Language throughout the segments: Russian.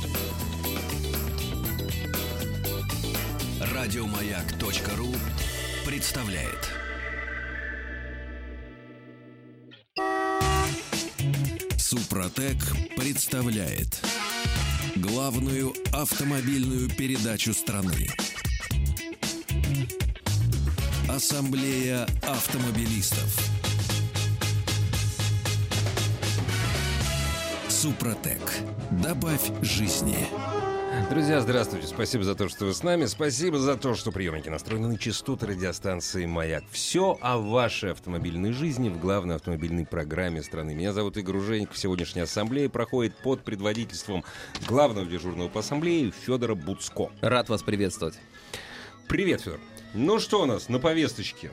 Радиомаяк.ру представляет. Супротек представляет главную автомобильную передачу страны. Ассамблея автомобилистов. Супротек. Добавь жизни. Друзья, здравствуйте. Спасибо за то, что вы с нами. Спасибо за то, что приемники настроены на частоты радиостанции «Маяк». Все о вашей автомобильной жизни в главной автомобильной программе страны. Меня зовут Игорь Ужеников. Сегодняшняя ассамблея проходит под предводительством главного дежурного по ассамблее Федора Буцко. Рад вас приветствовать. Привет, Федор. Ну что у нас на повесточке?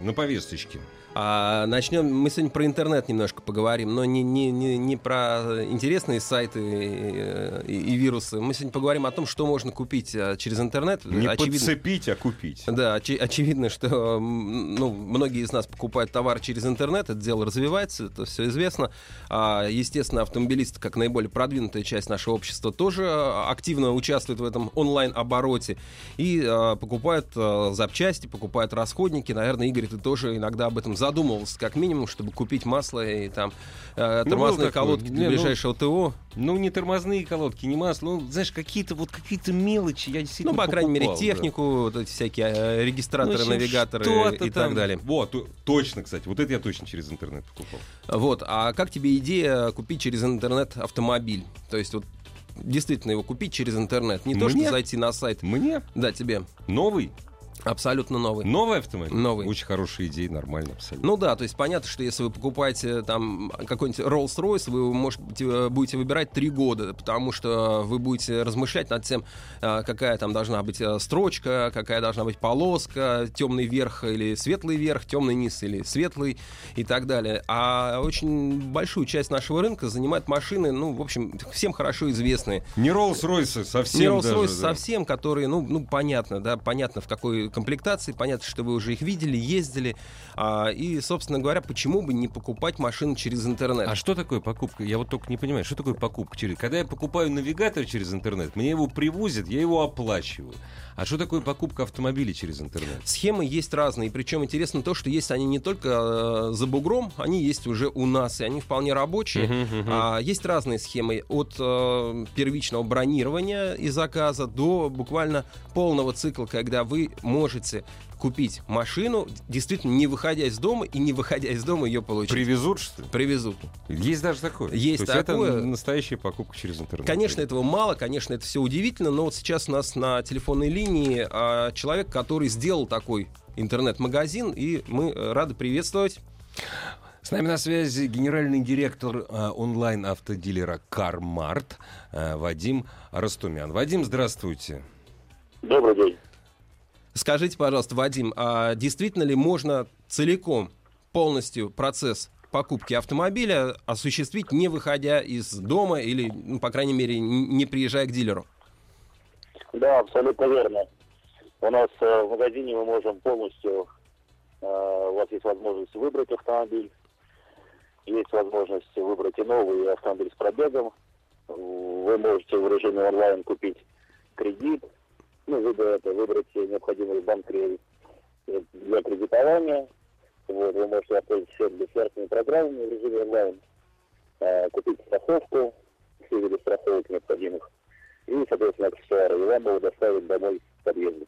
Начнем. Мы сегодня про интернет немножко поговорим, но не про интересные сайты и вирусы. Мы сегодня поговорим о том, что можно купить через интернет. Не подцепить, а купить. Да, очевидно, что многие из нас покупают товар через интернет. Это дело развивается, это все известно. Естественно, автомобилисты, как наиболее продвинутая часть нашего общества, тоже активно участвуют в этом онлайн-обороте и покупают запчасти, покупают расходники. Наверное, Игорь, ты тоже иногда об этом задумывался, как минимум, чтобы купить масло и там тормозные колодки для ближайшего ТО. Не тормозные колодки, не масло. Знаешь, какие-то мелочи я действительно по крайней мере, да. технику, вот эти всякие регистраторы, навигаторы и так далее. Вот, точно, кстати. Вот это я точно через интернет покупал. Вот. А как тебе идея купить через интернет автомобиль? То есть вот действительно его купить через интернет. Не то, что зайти на сайт. Мне? Да, тебе. Новый? Абсолютно новый. Новый автомобиль? Новый. Очень хорошая идея, нормально, абсолютно. Ну да, то есть понятно, что если вы покупаете там какой-нибудь Rolls-Royce, вы будете выбирать 3 года, потому что вы будете размышлять над тем, какая там должна быть строчка, какая должна быть полоска, темный верх или светлый верх, темный низ или светлый и так далее. А очень большую часть нашего рынка занимают машины, в общем, всем хорошо известные. Не Rolls-Royce совсем. Не Rolls-Royce совсем, которые, понятно, да, понятно в какой комплектации, понятно, что вы уже их видели, ездили, и, собственно говоря, почему бы не покупать машину через интернет? А что такое покупка? Я вот только не понимаю, что такое покупка через... Когда я покупаю навигатор через интернет, мне его привозят, я его оплачиваю. А что такое покупка автомобиля через интернет? Схемы есть разные, причем интересно то, что есть они не только за бугром, они есть уже у нас, и они вполне рабочие. Есть разные схемы, от первичного бронирования и заказа до буквально полного цикла, когда вы можете купить машину, действительно, не выходя из дома, и не выходя из дома ее получить. Привезут, что ли? Привезут. Есть даже такое? Есть то есть такое. Это настоящая покупка через интернет? Конечно, этого мало, конечно, это все удивительно, но вот сейчас у нас на телефонной линии человек, который сделал такой интернет-магазин, и мы рады приветствовать. С нами на связи генеральный директор онлайн-автодилера CarMart Вадим Растумян. Вадим, здравствуйте. Добрый день. Скажите, пожалуйста, Вадим, а действительно ли можно целиком, полностью процесс покупки автомобиля осуществить, не выходя из дома или, по крайней мере, не приезжая к дилеру? Да, абсолютно верно. У нас в магазине мы можем полностью, у вас есть возможность выбрать автомобиль, есть возможность выбрать и новый автомобиль с пробегом. Вы можете в режиме онлайн купить кредит, выбрать необходимый банк для кредитования. Вот, вы можете оплатить счет бессмертными программами в режиме онлайн, купить страховку, все виды страховок необходимых, и, соответственно, аксессуары, и вам его доставить домой в подъезде.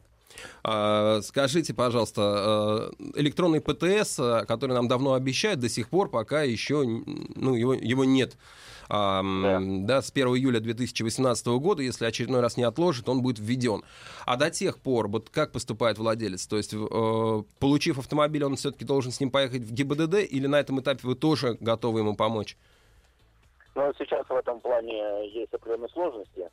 Скажите, пожалуйста, электронный ПТС, который нам давно обещают, до сих пор пока еще его нет. Да, с 1 июля 2018 года, если очередной раз не отложит, он будет введен. А до тех пор, вот как поступает владелец? То есть, получив автомобиль, он все-таки должен с ним поехать в ГИБДД, или на этом этапе вы тоже готовы ему помочь? Сейчас в этом плане есть определенные сложности.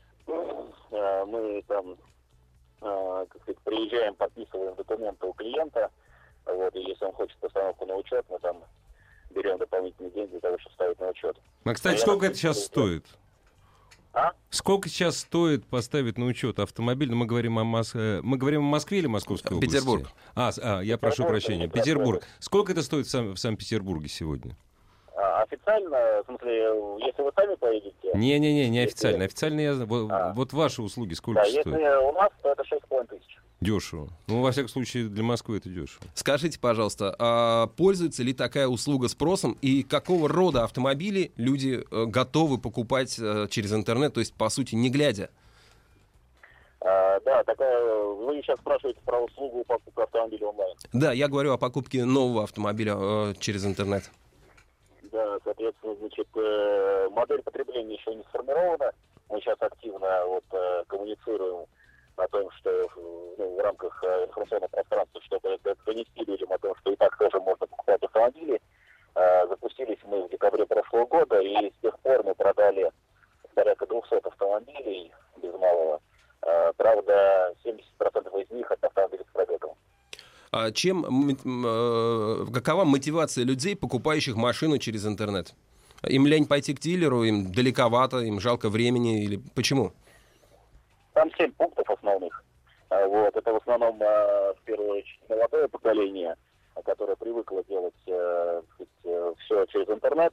Мы там, приезжаем, подписываем документы у клиента, и если он хочет постановку на учет, мы там берем дополнительные деньги для того, чтобы ставить на учет. А, кстати, сколько это сейчас стоит? Сколько сейчас стоит поставить на учет автомобиль? Мы говорим о Москве или Московской области? Петербург. Я прошу прощения. Петербург. Сколько это стоит в Санкт-Петербурге сегодня? официально, в смысле, если вы сами поедете... Не официально. Официально я... Вот ваши услуги сколько стоят? Если у нас, то это 6,5 тысяч. Дешево. Ну, во всяком случае, для Москвы это дешево. Скажите, пожалуйста, а пользуется ли такая услуга спросом и какого рода автомобили люди готовы покупать через интернет, то есть, по сути, не глядя? Да, вы сейчас спрашиваете про услугу покупки автомобиля онлайн. Да, я говорю о покупке нового автомобиля через интернет. Да, соответственно, значит, модель потребления еще не сформирована. Мы сейчас активно коммуницируем о том, что в рамках информационного пространства, чтобы донести людям о том, что и так тоже можно покупать автомобили. Запустились мы в декабре прошлого года, и с тех пор мы продали порядка 200 автомобилей без малого. Правда, 70% из них это автомобили с пробегом. Какова мотивация людей, покупающих машину через интернет? Им лень пойти к дилеру, им далековато, им жалко времени или почему? Там 7 пунктов основных. Это в основном, в первую очередь, молодое поколение, которое привыкло делать все через интернет.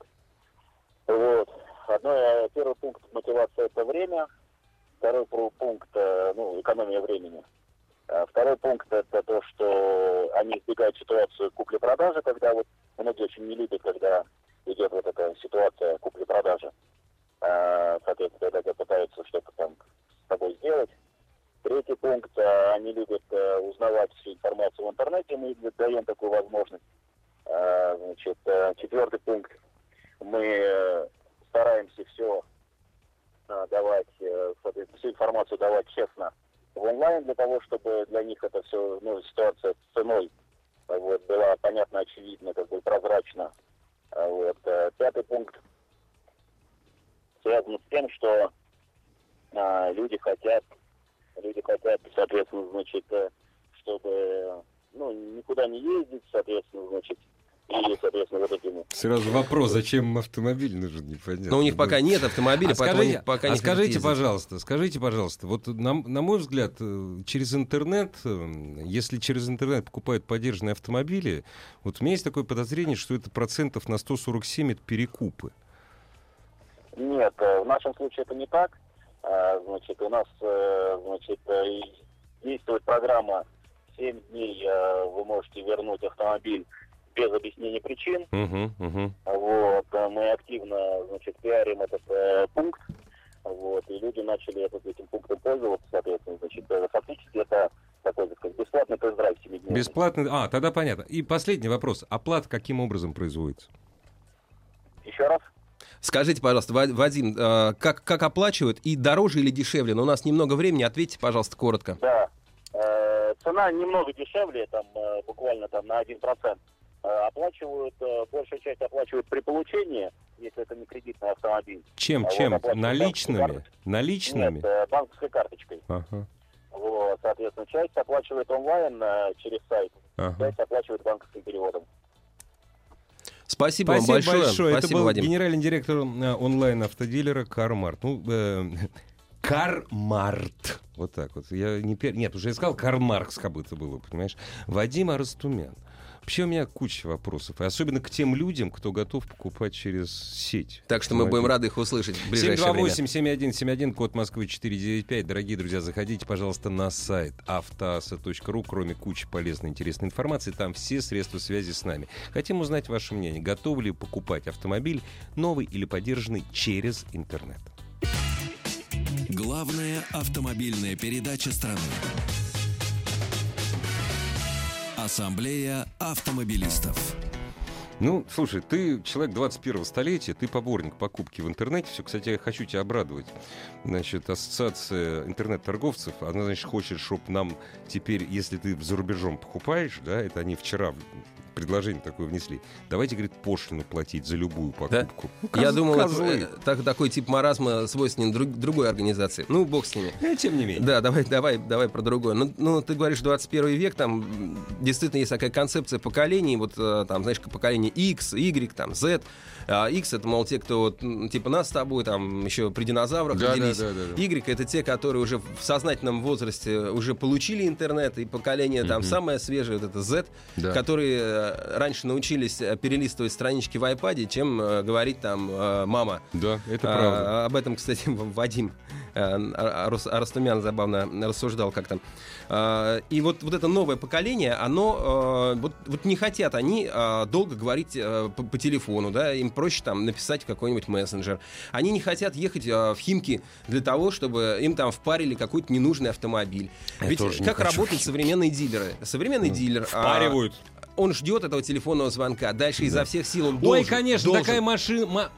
Первый пункт мотивации — это время. Второй пункт, экономия времени. Второй пункт — это то, что они избегают ситуацию купли-продажи, когда многие очень не любят, когда идет эта ситуация купли-продажи. Соответственно, когда пытаются что-то там с тобой сделать. Третий пункт, они любят узнавать всю информацию в интернете, мы даем такую возможность. Четвертый пункт, мы стараемся всю информацию давать честно в онлайн, для того, чтобы для них это все, ситуация с ценой была понятна, очевидна, прозрачна. Пятый пункт связан с тем, что люди хотят, соответственно, чтобы никуда не ездить, соответственно, и, соответственно, Сразу вопрос, зачем автомобиль нужен, непонятно. Но у них пока нет автомобиля, поэтому они пока не хотят ездить. Скажите, пожалуйста, на мой взгляд, через интернет, если через интернет покупают подержанные автомобили, у меня есть такое подозрение, что это процентов на 147 это перекупы. Нет, в нашем случае это не так. У нас, действует программа 7 дней, вы можете вернуть автомобиль без объяснения причин. Мы активно, пиарим этот пункт, и люди начали этим пунктом пользоваться, соответственно, фактически это такой, бесплатный тест-драйв 7 дней. Бесплатный, тогда понятно. И последний вопрос. Оплата каким образом производится? Еще раз? Скажите, пожалуйста, Вадим, как оплачивают и дороже или дешевле? Но у нас немного времени, ответьте, пожалуйста, коротко. Да, цена немного дешевле, буквально на 1%. Большая часть оплачивают при получении, если это не кредитный автомобиль. Чем? Наличными? Нет, банковской карточкой. Ага. Соответственно, часть оплачивает онлайн через сайт, часть оплачивает банковским переводом. Спасибо вам большое. Спасибо, это был Вадим. Генеральный директор онлайн-автодилера Кармарт. Кармарт. Вот так вот. Нет, уже я сказал Карл-Маркс, как будто было, понимаешь? Вадим Арыстумян. Вообще у меня куча вопросов. И особенно к тем людям, кто готов покупать через сеть. Так что мы будем рады их услышать в ближайшее время. 728-7171, код Москвы 495. Дорогие друзья, заходите, пожалуйста, на сайт автоаса.ру. Кроме кучи полезной, интересной информации, там все средства связи с нами. Хотим узнать ваше мнение. Готовы ли покупать автомобиль, новый или подержанный, через интернет? Главная автомобильная передача страны. Ассамблея автомобилистов. Слушай, ты человек 21-го столетия, ты поборник покупки в интернете. Все, кстати, я хочу тебя обрадовать. Ассоциация интернет-торговцев, она, хочет, чтобы нам теперь, если ты за рубежом покупаешь, да, это они вчера предложение такое внесли. Давайте, говорит, пошлину платить за любую покупку. Да? Я думал, такой тип маразма свойственен другой организации. Бог с ними. Тем не менее. Да, давай про другое. Ты говоришь, 21 век, там действительно есть такая концепция поколений. Поколение поколение X, Y, там, Z. X — это, мол, те, кто вот, типа нас с тобой, там, еще при динозаврах родились. Y — это те, которые уже в сознательном возрасте уже получили интернет, и поколение там самое свежее, вот это Z, которые раньше научились перелистывать странички в iPad, чем говорить там «мама». Да, это правда. Об этом, кстати, Вадим Арустумян забавно рассуждал как-то. И вот это новое поколение, оно вот не хотят они долго говорить по телефону, да, им проще там написать в какой-нибудь мессенджер. Они не хотят ехать в Химки для того, чтобы им там впарили какой-то ненужный автомобиль. Ведь как работают современные дилеры? Современный дилер... Впаривают. Он ждет этого телефонного звонка. Дальше изо всех сил он должен... Ой, конечно, такая машинка.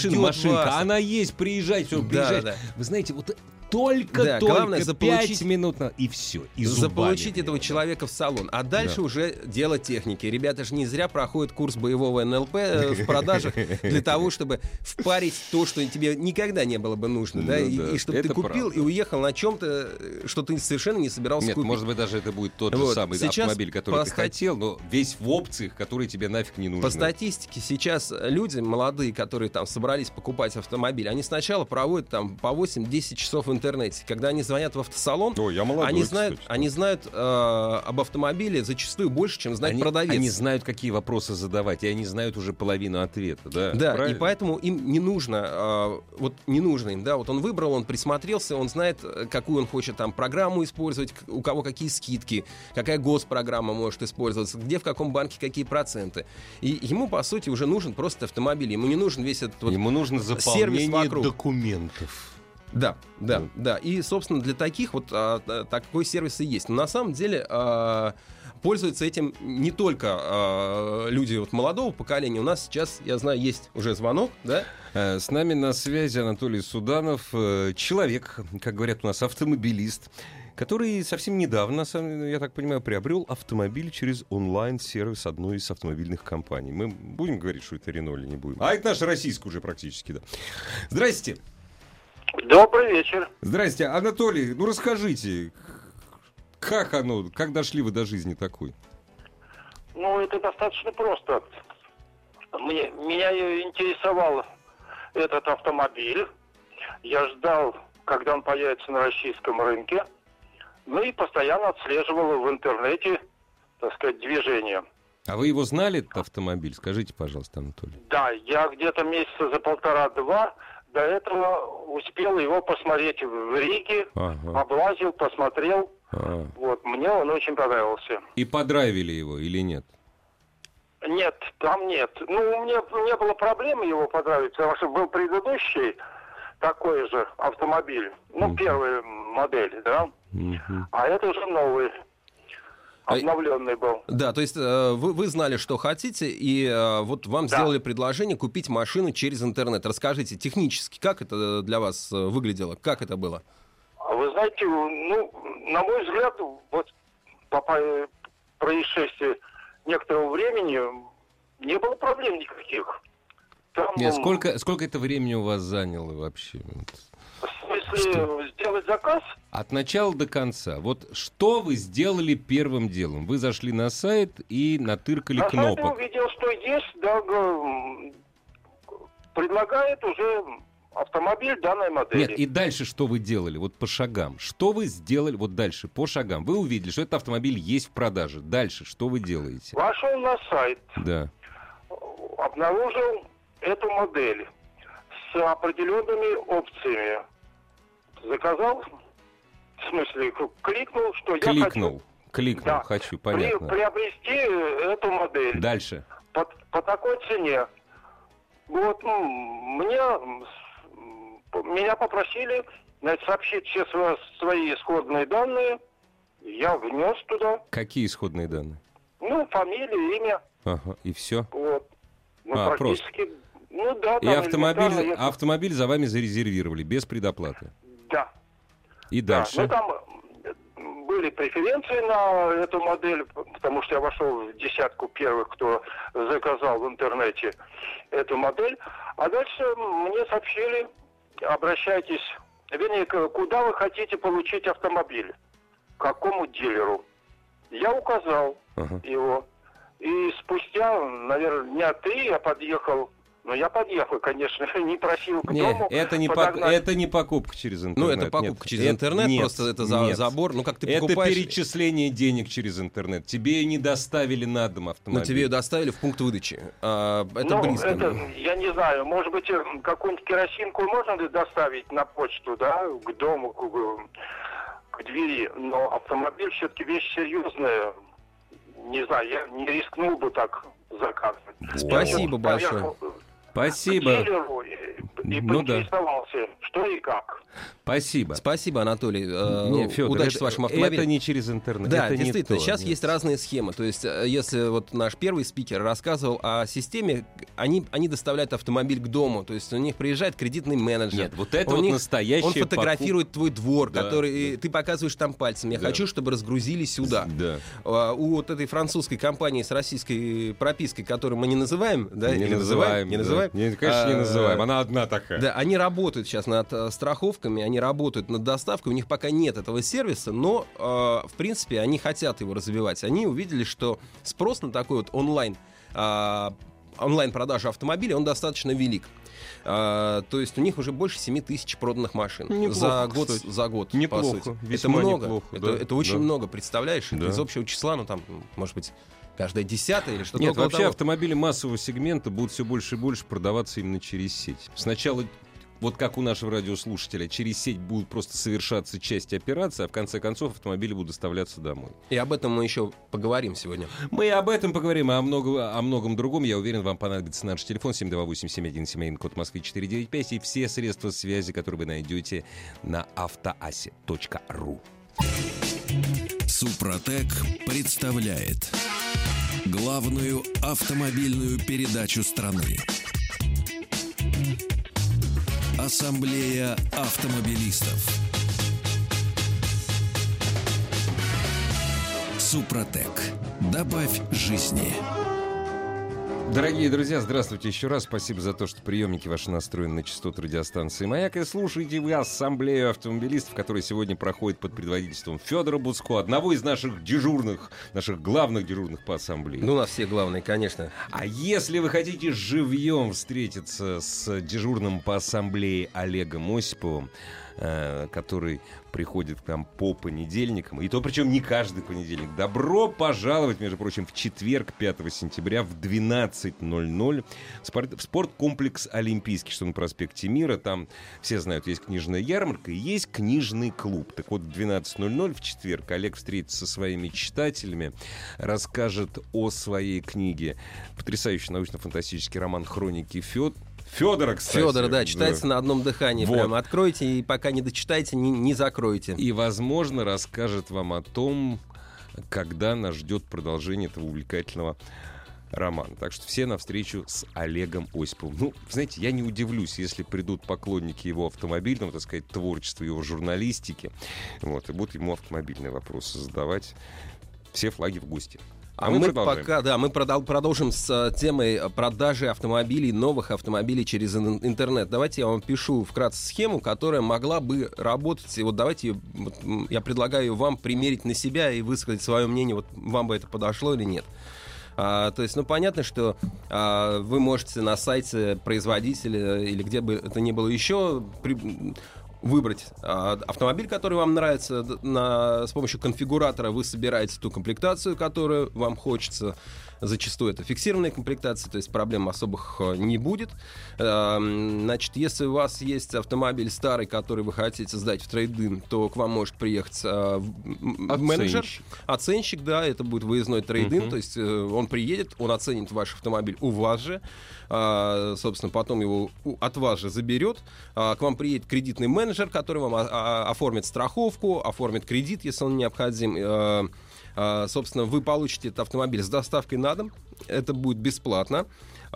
Она есть, приезжать, все, приезжать. Да. Вы знаете, вот только главное 5 минут, и все. И заполучить этого человека в салон. А дальше уже дело техники. Ребята же не зря проходят курс боевого НЛП в продажах для того, чтобы впарить то, что тебе никогда не было бы нужно. Да? И чтобы ты купил и уехал на чем-то, что ты совершенно не собирался купить. Нет, может быть, даже это будет тот же самый автомобиль, который ты хотел, но весь в опциях, которые тебе нафиг не нужны. По статистике сейчас люди молодые, которые там собрались покупать автомобиль, они сначала проводят там по 8-10 часов в интернете. Когда они звонят в автосалон, они знают об автомобиле зачастую больше, чем знает продавец. Они знают, какие вопросы задавать, и они знают уже половину ответа. Да, и поэтому им не нужно, не нужно им, да, вот он выбрал, он присмотрелся, он знает, какую он хочет там программу использовать, у кого какие скидки, какая госпрограмма может использоваться, где в каком банке какие проценты. И ему, по сути, уже нужен просто автомобиль, ему не нужен весь этот ему нужно заполнение документов. Да. И, собственно, для таких вот такой сервис и есть. Но на самом деле пользуются этим не только люди вот молодого поколения. У нас сейчас, я знаю, есть уже звонок, да? С нами на связи Анатолий Суданов, человек, как говорят у нас, автомобилист, который совсем недавно, я так понимаю, приобрел автомобиль через онлайн-сервис одной из автомобильных компаний. Мы будем говорить, что это Рено или не будем? А это наша российская уже практически, да. Здрасте. Добрый вечер. Здрасте, Анатолий, расскажите, как дошли вы до жизни такой? Это достаточно просто. Меня интересовал этот автомобиль. Я ждал, когда он появится на российском рынке. И постоянно отслеживал в интернете, так сказать, движение. А вы его знали, этот автомобиль? Скажите, пожалуйста, Анатолий. Да, я где-то месяца за 1,5-2 до этого успел его посмотреть в Риге, облазил, посмотрел. Мне он очень понравился. И подрайвили его или нет? Нет, там нет. У меня не было проблемы его подрайвить, потому что был предыдущий такой же автомобиль. Первая модель, да? А это уже новый. Обновленный был. Да, то есть вы знали, что хотите, и вот вам сделали предложение купить машину через интернет. Расскажите технически, как это для вас выглядело, как это было? Вы знаете, на мой взгляд, вот по происшествии некоторого времени не было проблем никаких. Нет, сколько это времени у вас заняло вообще? В смысле, сделать заказ? От начала до конца. Вот что вы сделали первым делом? Вы зашли на сайт и натыркали кнопок. Я увидел, что есть, предлагает уже автомобиль данной модели. Нет, и дальше что вы делали? Вот по шагам. Что вы сделали вот дальше, по шагам? Вы увидели, что этот автомобиль есть в продаже. Дальше что вы делаете? Вошел на сайт. Да. Обнаружил эту модель с определенными опциями. Заказал, в смысле, кликнул, что я хочу. Кликнул, хочу, понятно. Приобрести эту модель. Дальше. По такой цене. Меня попросили сообщить все свои исходные данные. Я внес туда. Какие исходные данные? Фамилия, имя. Ага, и все? Практически. Просто. И автомобиль за вами зарезервировали, без предоплаты? Да. И дальше? Там были преференции на эту модель, потому что я вошел в десятку первых, кто заказал в интернете эту модель. А дальше мне сообщили, обращайтесь, куда вы хотите получить автомобиль, к какому дилеру. Я указал его. И спустя, наверное, дня 3 я подъехал. Ну, я подъехал, конечно, не просил к дому. Это не покупка через интернет. Ну, это покупка через интернет, просто это забор. Ну, как ты покупаешь... Это перечисление денег через интернет. Тебе не доставили на дом автомобиль. Но тебе ее доставили в пункт выдачи. Это близко. Я не знаю, может быть, какую-нибудь керосинку можно ли доставить на почту, да, к дому, к двери. Но автомобиль все-таки вещь серьезная. Не знаю, я не рискнул бы так заказывать. Спасибо большое. Спасибо. И поинтересовался, что и как. Спасибо. Спасибо, Анатолий. Фёдор, удачи с вашим автомобилем. Это не через интернет. Да, это действительно, не сейчас есть разные схемы. То есть, если вот наш первый спикер рассказывал о системе, они доставляют автомобиль к дому. То есть у них приезжает кредитный менеджер. Нет, вот это вот настоящий. Он фотографирует твой двор, да, который ты показываешь там пальцем. Я хочу, чтобы разгрузили сюда. Да. У вот этой французской компании с российской пропиской, которую мы не называем, да? Не называем. Нет, конечно, не называем. Она одна такая. Да, они работают сейчас над страховками, они работают над доставкой. У них пока нет этого сервиса, но, в принципе, они хотят его развивать. Они увидели, что спрос на такой вот онлайн-продажу автомобиля, он достаточно велик. То есть у них уже больше 7 тысяч проданных машин. Неплохо, за год, неплохо, по сути. весьма Это много. неплохо, Это очень много, представляешь? Да. Это из общего числа, ну там, может быть, каждая десятая или что-то. Нет, вообще автомобили массового сегмента будут все больше и больше продаваться именно через сеть. Сначала, вот как у нашего радиослушателя, через сеть будут просто совершаться части операций, а в конце концов автомобили будут доставляться домой. И об этом мы еще поговорим сегодня. Мы об этом поговорим, а о многом другом, я уверен, вам понадобится наш телефон 728-7171, код Москвы 495, и все средства связи, которые вы найдете на автоасе.ру. Супротек представляет главную автомобильную передачу страны. Ассамблея автомобилистов. Супротек. Добавь жизни. Дорогие друзья, здравствуйте еще раз. Спасибо за то, что приемники ваши настроены на частоту радиостанции «Маяк». И слушаете вы Ассамблею автомобилистов, которая сегодня проходит под предводительством Федора Буцко, одного из наших дежурных, наших главных дежурных по ассамблее. Ну, у нас все главные, конечно. А если вы хотите живьем встретиться с дежурным по ассамблее Олегом Осиповым, который приходит к нам по понедельникам, и то причем не каждый понедельник. Добро пожаловать, между прочим, в четверг, 5 сентября в 12:00 в спорткомплекс «Олимпийский», что на проспекте Мира. Там, все знают, есть книжная ярмарка и есть книжный клуб. Так вот, в 12:00 в четверг Олег встретится со своими читателями, расскажет о своей книге. Потрясающий научно-фантастический роман «Хроники Федора, кстати. Федора, да, читается на одном дыхании. Вот. Прямо откройте, и пока не дочитаете, не закройте. И, возможно, расскажет вам о том, когда нас ждет продолжение этого увлекательного романа. Так что все навстречу с Олегом Осиповым. Ну, знаете, я не удивлюсь, если придут поклонники его автомобильного, так сказать, творчества, его журналистики, вот, и будут ему автомобильные вопросы задавать. Все флаги в гости. А мы продолжим с темой продажи автомобилей, новых автомобилей через интернет. Давайте я вам пишу вкратце схему, которая могла бы работать. И вот давайте я предлагаю вам примерить на себя и высказать свое мнение, вот вам бы это подошло или нет. То есть, понятно, что вы можете на сайте производителя или где бы это ни было еще выбрать автомобиль, который вам нравится. С помощью конфигуратора вы собираете ту комплектацию, которую вам хочется. Зачастую это фиксированная комплектация, то есть проблем особых не будет. Значит, если у вас есть автомобиль старый, который вы хотите сдать в трейд-ин, то к вам может приехать менеджер. Оценщик, да, это будет выездной трейд-ин, то есть он приедет, он оценит ваш автомобиль у вас же, собственно, потом его от вас же заберет. К вам приедет кредитный менеджер, который вам оформит страховку, оформит кредит, если он необходим. Собственно, вы получите этот автомобиль с доставкой на дом. Это будет бесплатно.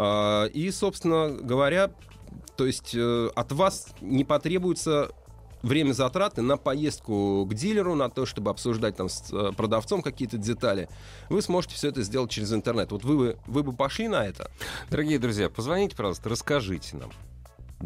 И, собственно говоря, то есть от вас не потребуется время затраты на поездку к дилеру, на то, чтобы обсуждать там с продавцом какие-то детали. Вы сможете все это сделать через интернет. Вот вы бы пошли на это? Дорогие друзья, позвоните, пожалуйста, расскажите нам.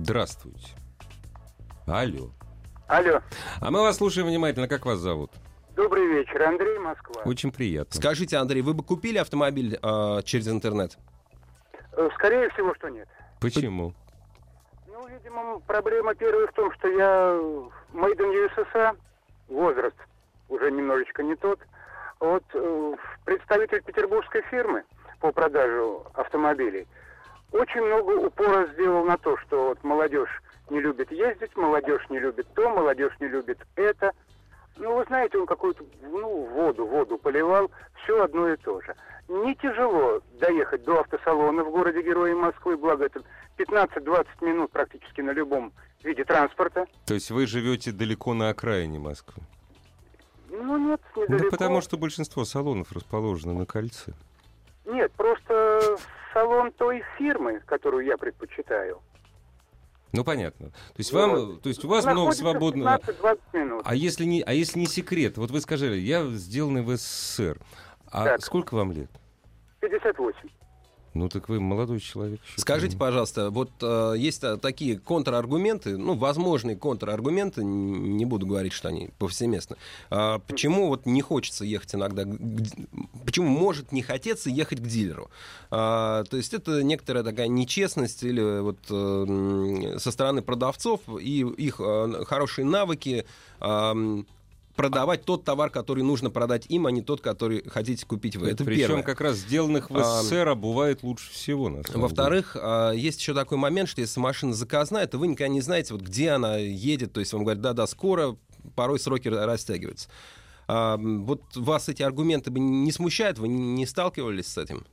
Здравствуйте. Алло. Алло. А мы вас слушаем внимательно. Как вас зовут? Добрый вечер, Андрей, Москва. Очень приятно. Скажите, Андрей, вы бы купили автомобиль через интернет? Скорее всего, что нет. Почему? Ну, видимо, проблема первая в том, что я made in USSR, возраст уже немножечко не тот. Вот представитель петербургской фирмы по продажу автомобилей очень много упора сделал на то, что вот молодежь не любит ездить, молодежь не любит то, молодежь не любит это. Ну, вы знаете, он какую-то воду поливал, все одно и то же. Не тяжело доехать до автосалона в городе Герои Москвы, благо это 15-20 минут практически на любом виде транспорта. То есть вы живете далеко на окраине Москвы? Ну, нет, недалеко. Да потому что большинство салонов расположено на кольце. Нет, просто салон той фирмы, которую я предпочитаю. Ну, понятно. То есть у вас много свободного... 15-20 минут. А если не секрет? Вот вы сказали, я сделанный в СССР. А Так. сколько вам лет? 58. Ну, так вы молодой человек еще. Скажите, пожалуйста, вот есть такие контраргументы, ну, возможные контраргументы, не буду говорить, что они повсеместны. Почему вот не хочется ехать иногда, почему может не хотеться ехать к дилеру? То есть это некоторая такая нечестность или вот со стороны продавцов и их хорошие навыки продавать тот товар, который нужно продать им, а не тот, который хотите купить вы. Это Причем первое. как раз сделанных в СССР бывает лучше всего. На самом Во-вторых, есть еще такой момент, что если машина заказная, то вы никогда не знаете, вот где она едет. То есть вам говорят, да, скоро, порой сроки растягиваются. Вот вас эти аргументы бы не смущают? Вы не сталкивались с этим?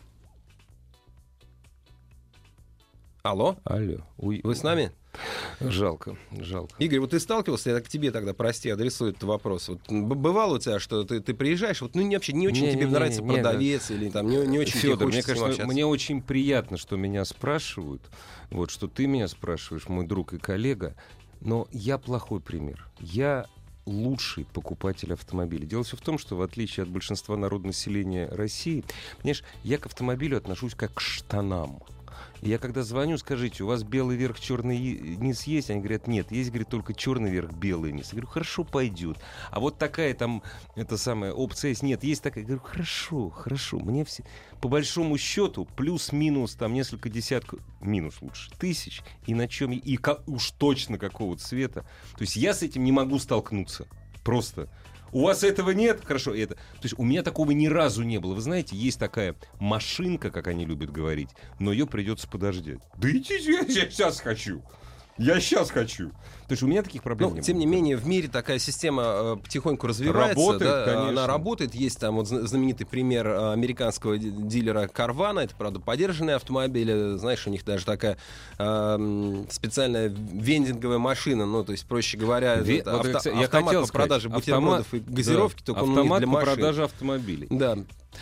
Алло? Алло. Вы с нами? Жалко. Игорь, вот ты сталкивался, я к тебе тогда, прости, адресую этот вопрос. Вот, бывало у тебя, что ты приезжаешь, вот, вообще не очень тебе нравится продавец, или там не очень тебе Фёдор, хочется мне кажется, мне очень приятно, что меня спрашивают, вот, что ты меня спрашиваешь, мой друг и коллега, но я плохой пример. Я лучший покупатель автомобилей. Дело все в том, что в отличие от большинства народонаселения России, понимаешь, я к автомобилю отношусь как к штанам. Я когда звоню, скажите, у вас белый верх, черный низ есть? Они говорят, нет, есть, говорит, только черный верх, белый низ. Я говорю, хорошо, пойдет. А вот такая там, эта самая опция есть? Нет, есть такая. Я говорю, хорошо. Мне все, по большому счету, плюс-минус, там несколько десятков, минус лучше, тысяч, и на чем, и уж точно какого цвета. То есть я с этим не могу столкнуться. Просто. У вас этого нет? Хорошо, это. То есть у меня такого ни разу не было. Вы знаете, есть такая машинка, как они любят говорить, но ее придется подождать. Да идите, я сейчас хочу. То есть у меня таких проблем не было. Тем не менее, в мире такая система потихоньку развивается. Работает, конечно. Она работает. Есть там вот знаменитый пример американского дилера Carvana. Это, правда, подержанные автомобили. Знаешь, у них даже такая специальная вендинговая машина. Ну, то есть, проще говоря, автомат по продаже бутербродов и газировки, только он не для машин. Автомат по продаже автомобилей. Да.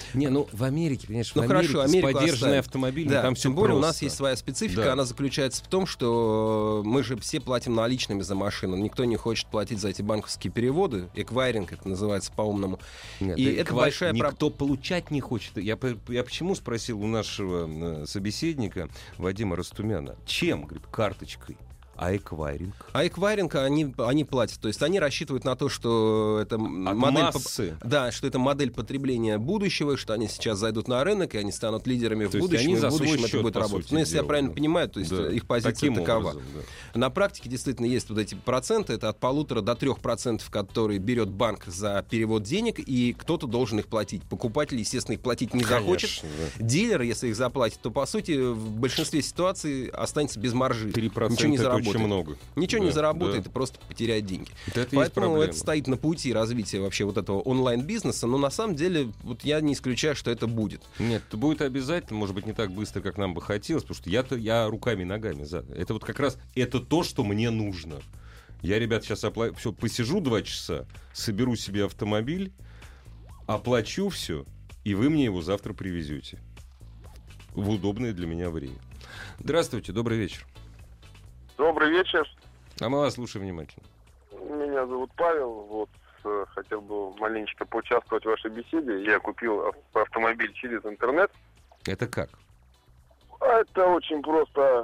В Америке, понимаешь, хорошо, с подержанной автомобилем, да, там все тем более просто. У нас есть своя специфика, Да. Она заключается в том, что мы же все платим наличными за машину. Никто не хочет платить за эти банковские переводы. Эквайринг это называется по-умному. Нет, и это большая никто получать не хочет. Я почему спросил у нашего собеседника Вадима Растумяна, чем, говорит, карточкой? А эквайринг? А эквайринг они платят. То есть они рассчитывают на то, что это модель, что это модель потребления будущего, что они сейчас зайдут на рынок, и они станут лидерами в будущем, и в будущем это будет работать. Но если я правильно понимаю, то есть их позиция такова. Образом, да. На практике действительно есть вот эти проценты, это от 1,5 до 3%, которые берет банк за перевод денег, и кто-то должен их платить. Покупатель, естественно, их платить не захочет. Да. Дилер, если их заплатит, то, по сути, в большинстве ситуаций останется без маржи. 3% ничего не заработает. Очень много. Ничего не заработает, и просто потеряет деньги. Поэтому это стоит на пути развития вообще вот этого онлайн-бизнеса, но на самом деле вот я не исключаю, что это будет. Нет, это будет обязательно, может быть, не так быстро, как нам бы хотелось, потому что я руками и ногами за. Это вот как раз это то, что мне нужно. Я, ребят, сейчас все, посижу 2 часа, соберу себе автомобиль, оплачу все, и вы мне его завтра привезете. В удобное для меня время. Здравствуйте, добрый вечер. Добрый вечер. А мы вас слушаем внимательно. Меня зовут Павел. Хотел бы маленечко поучаствовать в вашей беседе. Я купил автомобиль через интернет. Это как? Это очень просто.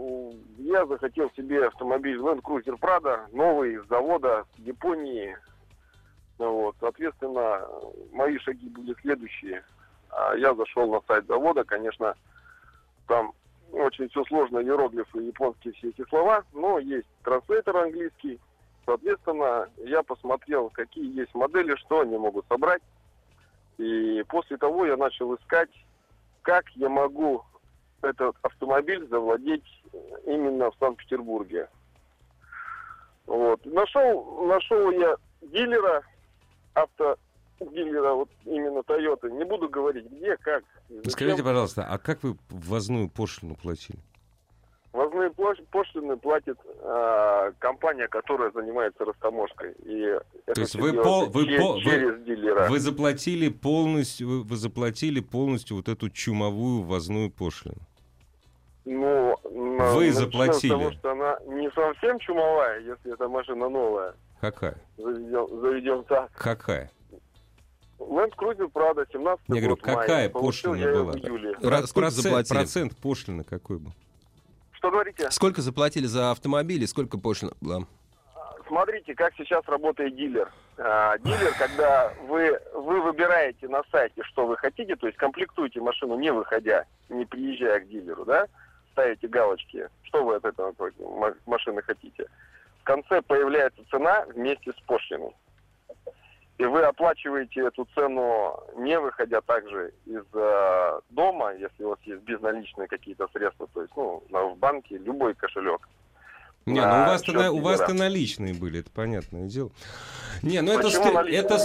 Я захотел себе автомобиль Land Cruiser Prado, новый, с завода, Японии. Вот, соответственно, мои шаги были следующие. Я зашел на сайт завода, конечно, там очень все сложно, иероглифы, японские все эти слова, но есть транслейтер английский. Соответственно, я посмотрел, какие есть модели, что они могут собрать. И после того я начал искать, как я могу этот автомобиль завладеть именно в Санкт-Петербурге. Вот. Нашел я дилера, автодилера, вот именно Toyota. Не буду говорить где, как. Скажите, пожалуйста, а как вы ввозную пошлину платили? Ввозные пошлины платит компания, которая занимается растаможкой. И то есть через дилера. Вы заплатили полностью вот эту чумовую ввозную пошлину? Ну, вы заплатили. Потому что она не совсем чумовая, если эта машина новая. Какая? Заведем так. Какая? Land Cruiser Prado, 17 Я говорю, какая пошлина была? Процент пошлины какой был? Что говорите? Сколько заплатили за автомобиль и сколько пошлина была? Смотрите, как сейчас работает дилер. Дилер, когда вы выбираете на сайте, что вы хотите, то есть комплектуете машину, не выходя, не приезжая к дилеру, да, ставите галочки, что вы от этого машины хотите. В конце появляется цена вместе с пошлиной. И вы оплачиваете эту цену, не выходя также из дома, если у вас есть безналичные какие-то средства, то есть, в банке любой кошелек. Не, у вас-то наличные были, это понятное дело. Не, это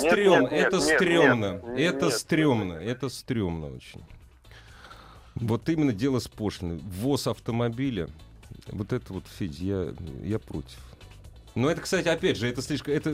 стрёмно очень. Вот именно дело с пошлиной. Ввоз автомобиля, вот это вот, Федя, я против. Но это, кстати, опять же, это слишком, это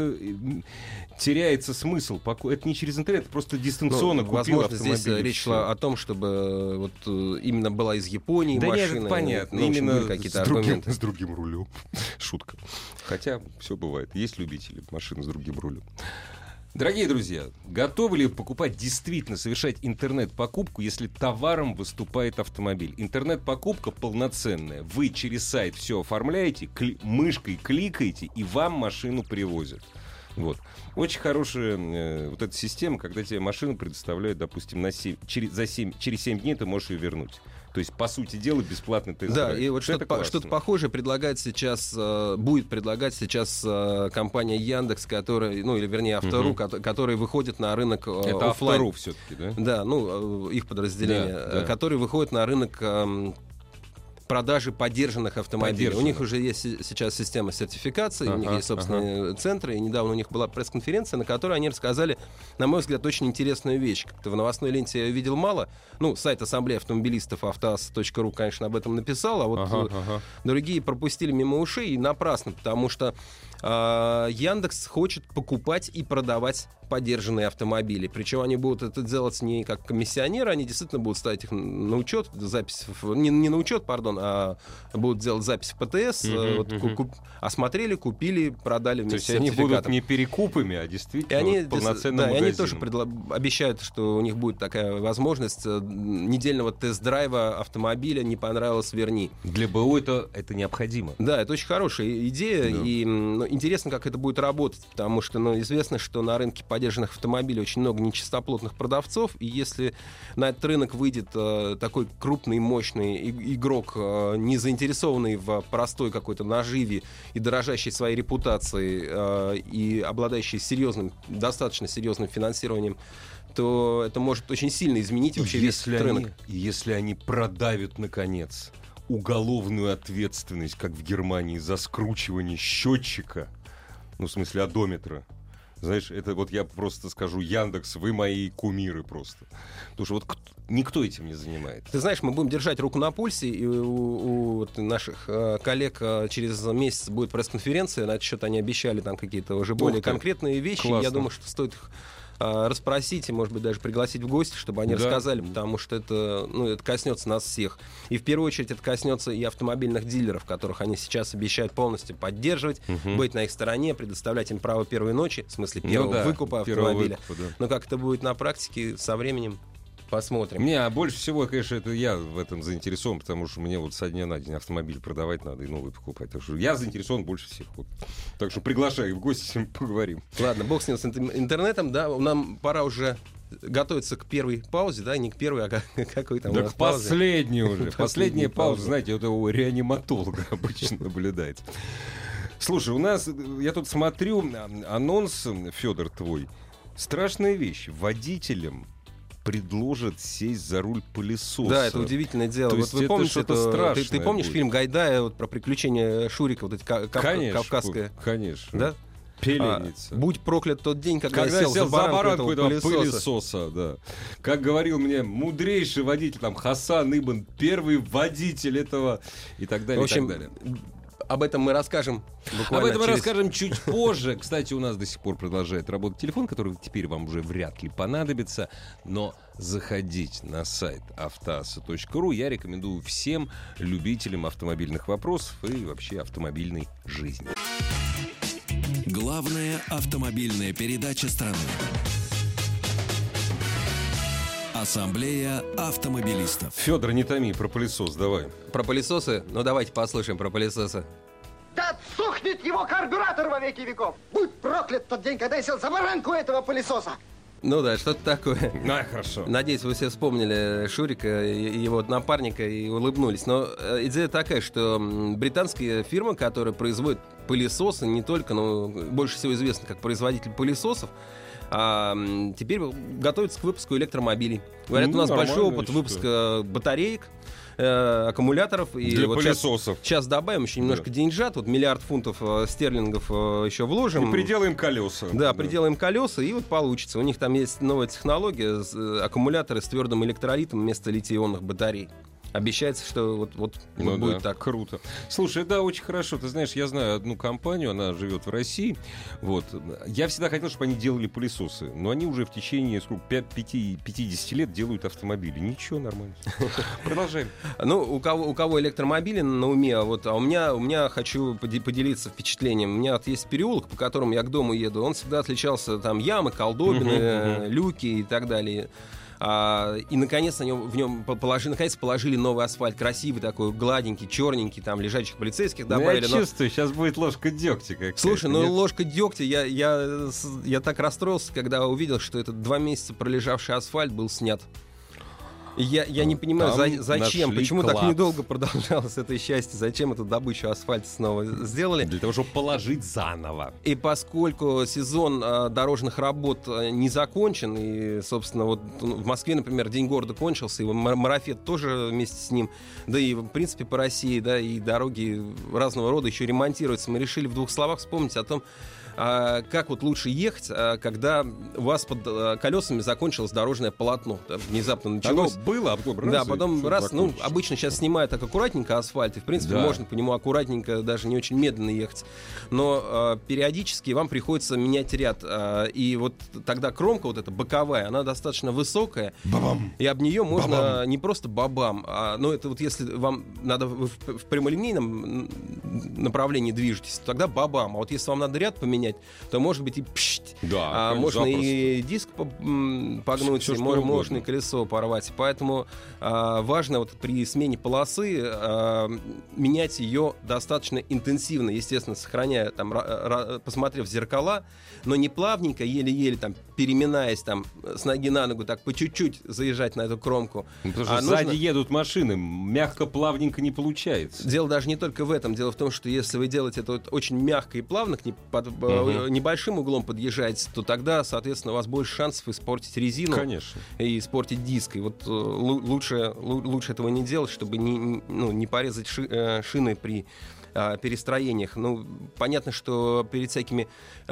теряется смысл. Это не через интернет, это просто дистанционно купил возможно, автомобиль. Здесь речь шла о том, чтобы вот именно была из Японии да машина. Нет, это понятно. Именно какие-то аргументы. С другим рулем. Шутка. Хотя все бывает. Есть любители машин с другим рулем. Дорогие друзья, готовы ли покупать, действительно совершать интернет-покупку, если товаром выступает автомобиль? Интернет-покупка полноценная. Вы через сайт все оформляете, мышкой кликаете, и вам машину привозят. Вот. Очень хорошая вот эта система, когда тебе машину предоставляют, допустим, через 7 дней ты можешь ее вернуть. То есть, по сути дела, бесплатный тест-драйв. Да, и вот что-то похожее будет предлагать сейчас компания Яндекс, которая, или вернее Автору, который выходит на рынок оффлайн. Это Автору все-таки, да? Да, их подразделение, который выходит на рынок продажи подержанных автомобилей. У них уже есть сейчас система сертификации, у них есть собственные центры, и недавно у них была пресс-конференция, на которой они рассказали, на мой взгляд, очень интересную вещь. Как-то в новостной ленте я видел мало. Сайт Ассамблеи автомобилистов автоаз.ру, конечно, об этом написал, а вот другие пропустили мимо ушей, и напрасно, потому что Яндекс хочет покупать и продавать подержанные автомобили. Причем они будут это делать не как комиссионеры, они действительно будут ставить их на учет, запись не на учет, а будут делать запись в ПТС, осмотрели, купили, продали вместе с сертификатом. То есть они будут не перекупами, а действительно полноценным магазином. И они тоже обещают, что у них будет такая возможность недельного тест-драйва автомобиля, не понравилось, верни. Для БУ это необходимо. Да, это очень хорошая идея, и интересно, как это будет работать, потому что известно, что на рынке подержанных автомобилей очень много нечистоплотных продавцов, и если на этот рынок выйдет такой крупный, мощный игрок, не заинтересованный в простой какой-то наживе и дорожащий своей репутацией, и обладающий достаточно серьезным финансированием, то это может очень сильно изменить вообще весь рынок. Если они продавят, наконец, уголовную ответственность, как в Германии, за скручивание счетчика, в смысле одометра. Знаешь, это вот я просто скажу, Яндекс, вы мои кумиры просто. Потому что никто этим не занимается. Ты знаешь, мы будем держать руку на пульсе, и у наших коллег через месяц будет пресс-конференция, на этот счет они обещали там какие-то уже более конкретные вещи. Классно. Я думаю, что стоит их расспросить и, может быть, даже пригласить в гости, чтобы они рассказали, потому что это коснется нас всех. И в первую очередь это коснется и автомобильных дилеров, которых они сейчас обещают полностью поддерживать, быть на их стороне, предоставлять им право первой ночи, в смысле первого выкупа автомобиля. Но как это будет на практике, со временем посмотрим. Не, а больше всего, конечно, это я в этом заинтересован, потому что мне вот со дня на день автомобиль продавать надо и новый покупать. Так что я заинтересован больше всех. Вот. Так что приглашаю в гости, поговорим. Ладно, бог с ним, с интернетом, да, нам пора уже готовиться к первой паузе, да, не к первой, а какой там у Да нас к паузе. последней уже. Последняя пауза, пауза. знаете, вот у реаниматолога обычно наблюдается. Слушай, у нас, я тут смотрю, анонс, Федор, твой. Страшная вещь. Водителям предложат сесть за руль пылесоса. Да, это удивительное дело. То Вот есть вы это помните, что-то ты страшное помнишь будет. фильм Гайдая вот, про приключения Шурика, вот эти кавказское? Конечно. Да? Пеленица. Будь проклят тот день, когда я сел за баранку этого пылесоса. пылесоса, да. Как говорил мне мудрейший водитель, там, Хасан Ибн, первый водитель этого, и так далее, В общем, и так далее. об этом мы расскажем буквально Об этом мы через... расскажем чуть позже. Кстати, у нас до сих пор продолжает работать телефон, который теперь вам уже вряд ли понадобится. Но заходить на сайт автоаса.ру я рекомендую всем любителям автомобильных вопросов и вообще автомобильной жизни. Главная автомобильная передача страны. Ассамблея автомобилистов. Федор, не томи, про пылесос давай. Про пылесосы? Ну, давайте послушаем про пылесосы. Да отсохнет его карбюратор во веки веков! Будь проклят тот день, когда я сел за баранку этого пылесоса! Ну да, что-то такое. Хорошо. Надеюсь, вы все вспомнили Шурика и его напарника и улыбнулись. Но идея такая, что британская фирма, которая производит пылесосы, не только, но больше всего известна как производитель пылесосов, теперь готовится к выпуску электромобилей. Говорят, у нас большой опыт выпуска батареек, аккумуляторов. И для вот пылесосов. Сейчас добавим еще немножко деньжат, вот 1 миллиард фунтов стерлингов еще вложим. И приделаем колеса. Да, приделаем колеса, и вот получится. У них там есть новая технология, аккумуляторы с твердым электролитом вместо литий-ионных батарей. Обещается, что вот будет так. Круто. Слушай, да, очень хорошо. Ты знаешь, я знаю одну компанию, она живет в России. Вот. Я всегда хотел, чтобы они делали пылесосы. Но они уже в течение 50 лет делают автомобили. Ничего, нормально. Продолжаем. Ну, у кого электромобили на уме, а у меня хочу поделиться впечатлением. У меня вот есть переулок, по которому я к дому еду. Он всегда отличался там ямы, колдобины, люки и так далее. И наконец в нем положили новый асфальт, красивый такой, гладенький, черненький, там лежачих полицейских добавили. Я чувствую, сейчас будет ложка дегтя какая-то. Слушай, ложка дегтя, я так расстроился, когда увидел, что этот 2 месяца пролежавший асфальт был снят. Я не понимаю, зачем, почему так недолго продолжалось это счастье, зачем эту добычу асфальта снова сделали. Для того, чтобы положить заново. И поскольку сезон дорожных работ не закончен, и, собственно, вот в Москве, например, День города кончился, и марафет тоже вместе с ним, да и, в принципе, по России, да, и дороги разного рода еще ремонтируются, мы решили в 2 словах вспомнить о том, как вот лучше ехать, когда у вас под колесами закончилось дорожное полотно. Внезапно началось. Оно было, а потом раз. Да, потом раз. Ну, обычно сейчас снимают так аккуратненько асфальт, и, в принципе, можно по нему аккуратненько, даже не очень медленно ехать. Но периодически вам приходится менять ряд. И вот тогда кромка вот эта боковая, она достаточно высокая. Бабам. И об нее можно не просто бабам, но это вот если вам надо в прямолинейном направлении движетесь, тогда бабам. А вот если вам надо ряд поменять, то может быть и пшт. Да, можно запросто. И диск погнуть, Всё, и можно и колесо порвать. Поэтому важно вот при смене полосы менять ее достаточно интенсивно, естественно, сохраняя, там, посмотрев в зеркала, но не плавненько, еле-еле там, переминаясь там, с ноги на ногу, так по чуть-чуть заезжать на эту кромку. Потому что сзади едут машины, мягко, плавненько не получается. Дело даже не только в этом. Дело в том, что если вы делаете это вот очень мягко и плавно, к небольшим углом подъезжаете, то тогда, соответственно, у вас больше шансов испортить резину. Конечно. И испортить диск. И вот лучше этого не делать, чтобы не порезать шины при перестроениях. Ну, понятно, что перед всякими...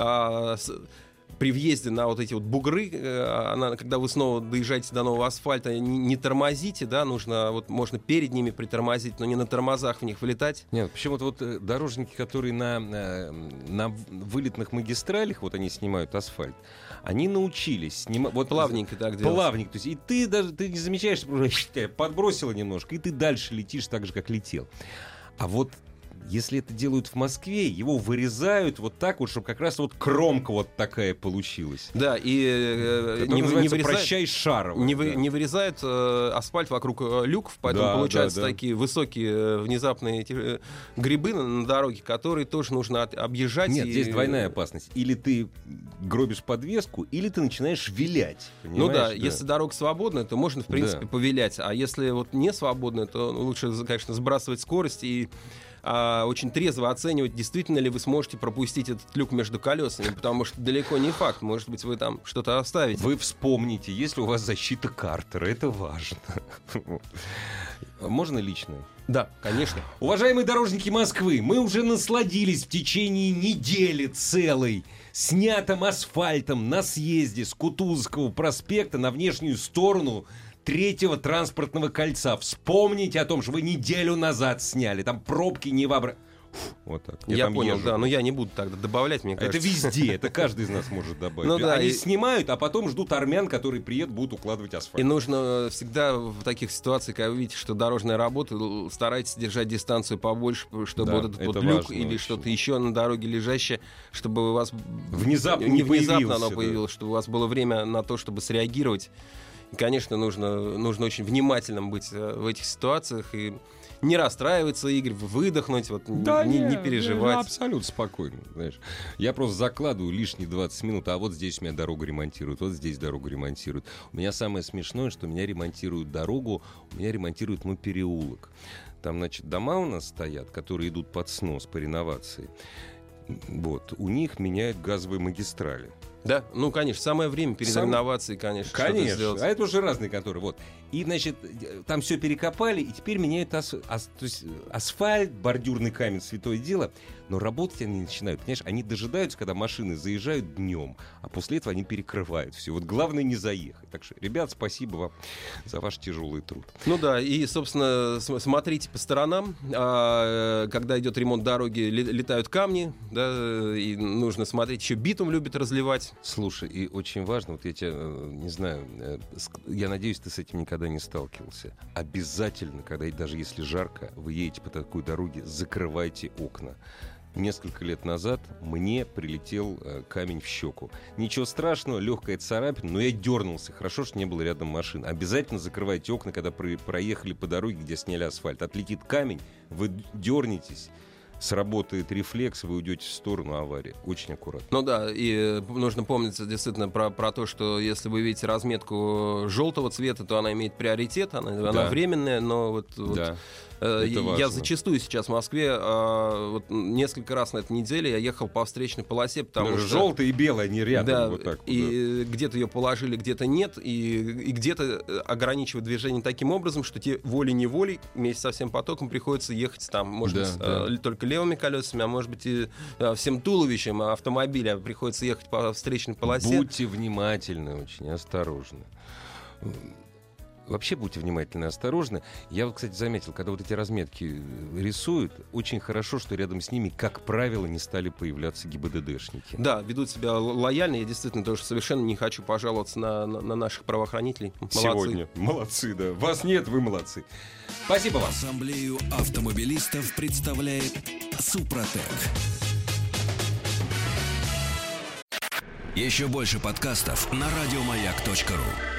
при въезде на вот эти вот бугры, когда вы снова доезжаете до нового асфальта, не тормозите, да, можно перед ними притормозить, но не на тормозах в них вылетать. Нет, почему-то вот дорожники, которые на вылетных магистралях, вот они снимают асфальт, они научились снимать... Вот плавненько так делать. Плавненько. То есть и ты не замечаешь, что подбросило немножко, и ты дальше летишь так же, как летел. А вот Если это делают в Москве, его вырезают вот так вот, чтобы как раз вот кромка вот такая получилась. Да, и не вырезают, прощай шаров. Не вырезают асфальт вокруг люков, поэтому получаются такие высокие внезапные эти грибы на дороге, которые тоже нужно объезжать. Нет, здесь двойная опасность. Или ты гробишь подвеску, или ты начинаешь вилять. Ну да, если дорога свободная, то можно, в принципе, повилять. А если вот не свободная, то лучше, конечно, сбрасывать скорость и очень трезво оценивать, действительно ли вы сможете пропустить этот люк между колесами, потому что далеко не факт. Может быть, вы там что-то оставите. Вы вспомните, если у вас защита Картера, это важно. Можно личное? Да, конечно. Уважаемые дорожники Москвы, мы уже насладились в течение недели целой снятым асфальтом на съезде с Кутузовского проспекта на внешнюю сторону третьего транспортного кольца. Вспомните о том, что вы неделю назад сняли. Там пробки невообразимые. Вот так. Я понял, езжу. Да, но я не буду тогда добавлять, мне кажется. Это везде, это каждый из нас может добавить. Ну, да, они снимают, а потом ждут армян, которые приедут, будут укладывать асфальт. И нужно всегда в таких ситуациях, когда вы видите, что дорожная работа, старайтесь держать дистанцию побольше, чтобы вот этот вот люк или что-то еще на дороге лежащее, чтобы у вас внезапно оно появилось, чтобы у вас было время на то, чтобы среагировать. И, конечно, нужно очень внимательным быть в этих ситуациях и не расстраиваться, Игорь, выдохнуть, вот, да не переживать. Я абсолютно спокойно, знаешь. Я просто закладываю лишние 20 минут, а вот здесь у меня дорогу ремонтируют, вот здесь дорогу ремонтируют. У меня самое смешное, что меня ремонтируют дорогу, у меня ремонтируют мой переулок. Там, значит, дома у нас стоят, которые идут под снос по реновации. Вот, у них меняют газовые магистрали. Да, ну, конечно, самое время перед реновацией, конечно, конечно, сделать. А это уже разные конторы, вот. И, значит, там все перекопали, и теперь меняют то есть асфальт, бордюрный камень, святое дело, но работать они начинают, понимаешь, они дожидаются, когда машины заезжают днем, а после этого они перекрывают все. Вот главное не заехать. Так что, ребят, спасибо вам за ваш тяжелый труд. Ну да, и, собственно, смотрите по сторонам, когда идет ремонт дороги, летают камни, да, и нужно смотреть, еще битум любит разливать. Слушай, и очень важно, вот я тебя, не знаю, я надеюсь, ты с этим никогда не сталкивался. Обязательно, когда даже если жарко, вы едете по такой дороге, закрывайте окна. Несколько лет назад мне прилетел камень в щеку. Ничего страшного, легкая царапина, но я дернулся. Хорошо, что не было рядом машин. Обязательно закрывайте окна, когда проехали по дороге, где сняли асфальт. Отлетит камень, вы дернетесь. Сработает рефлекс, вы уйдете в сторону аварии. Очень аккуратно. Ну да, и нужно помнить действительно про то, что если вы видите разметку желтого цвета, то она имеет приоритет, она временная, но вот я зачастую сейчас в Москве вот несколько раз на этой неделе я ехал по встречной полосе, потому что желтая и белая, они рядом. Да, вот так, и где-то ее положили, где-то нет, и где-то ограничивают движение таким образом, что тебе волей-неволей вместе со всем потоком приходится ехать там, может быть, только левыми колесами, а может быть и всем туловищем автомобиля приходится ехать по встречной полосе. Будьте внимательны, очень осторожны. Вообще будьте внимательны и осторожны. Я вот, кстати, заметил, когда вот эти разметки рисуют, очень хорошо, что рядом с ними, как правило, не стали появляться ГИБДДшники. Да, ведут себя лояльно. Я действительно тоже совершенно не хочу пожаловаться на наших правоохранителей. Молодцы. Сегодня. Молодцы, да. Вас нет, вы молодцы. Спасибо вам. Ассамблею автомобилистов представляет Супротек. Еще больше подкастов на радиомаяк.ру.